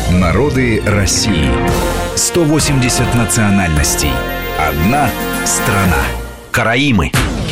Народы России. 180 национальностей. Одна страна. Караимы.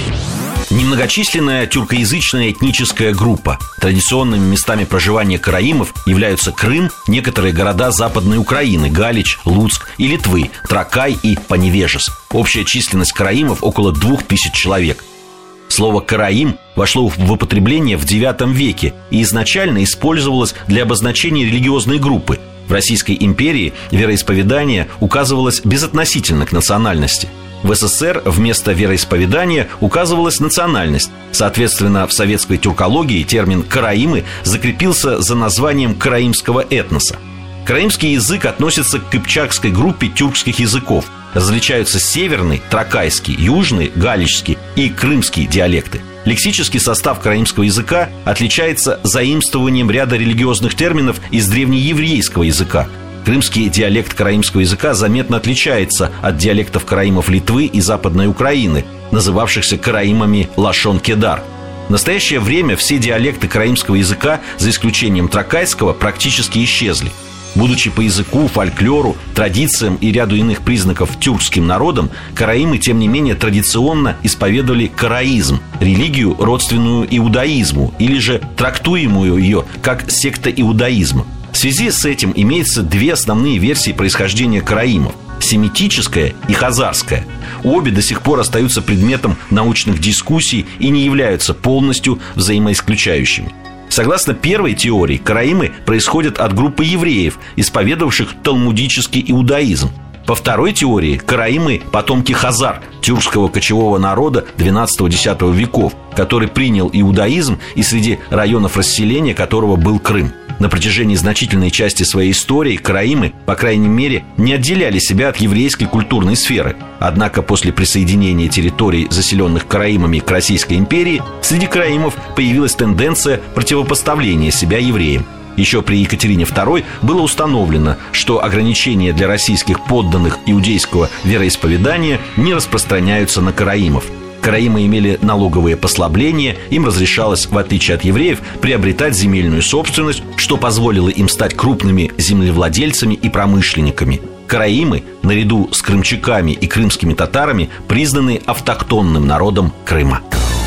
Немногочисленная тюркоязычная этническая группа. Традиционными местами проживания караимов являются Крым, некоторые города Западной Украины, Галич, Луцк и Литвы, Тракай и Поневежес. Общая численность караимов около 2000 человек. Слово «караим» вошло в употребление в IX веке и изначально использовалось для обозначения религиозной группы. В Российской империи вероисповедание указывалось безотносительно к национальности. В СССР вместо вероисповедания указывалась национальность. Соответственно, в советской тюркологии термин «караимы» закрепился за названием караимского этноса. Караимский язык относится к кыпчакской группе тюркских языков. Различаются северный, тракайский, южный, галичский и крымский диалекты. Лексический состав караимского языка отличается заимствованием ряда религиозных терминов из древнееврейского языка. Крымский диалект караимского языка заметно отличается от диалектов караимов Литвы и Западной Украины, называвшихся караимами Лашон-Кедар. В настоящее время все диалекты караимского языка, за исключением тракайского, практически исчезли. Будучи по языку, фольклору, традициям и ряду иных признаков тюркским народом, караимы, тем не менее, традиционно исповедовали караизм, религию, родственную иудаизму, или же трактуемую ее как секта иудаизма. В связи с этим имеются две основные версии происхождения караимов – семитическая и хазарская. Обе до сих пор остаются предметом научных дискуссий и не являются полностью взаимоисключающими. Согласно первой теории, караимы происходят от группы евреев, исповедовавших талмудический иудаизм. По второй теории, караимы – потомки хазар, тюркского кочевого народа XII-X веков, который принял иудаизм и среди районов расселения которого был Крым. На протяжении значительной части своей истории караимы, по крайней мере, не отделяли себя от еврейской культурной сферы. Однако после присоединения территорий, заселенных караимами к Российской империи, среди караимов появилась тенденция противопоставления себя евреям. Еще при Екатерине II было установлено, что ограничения для российских подданных иудейского вероисповедания не распространяются на караимов. Караимы имели налоговые послабления, им разрешалось, в отличие от евреев, приобретать земельную собственность, что позволило им стать крупными землевладельцами и промышленниками. Караимы, наряду с крымчаками и крымскими татарами, признаны автохтонным народом Крыма.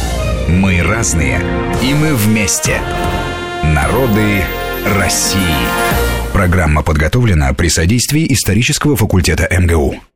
Мы разные, и мы вместе. Народы России. Программа подготовлена при содействии исторического факультета МГУ.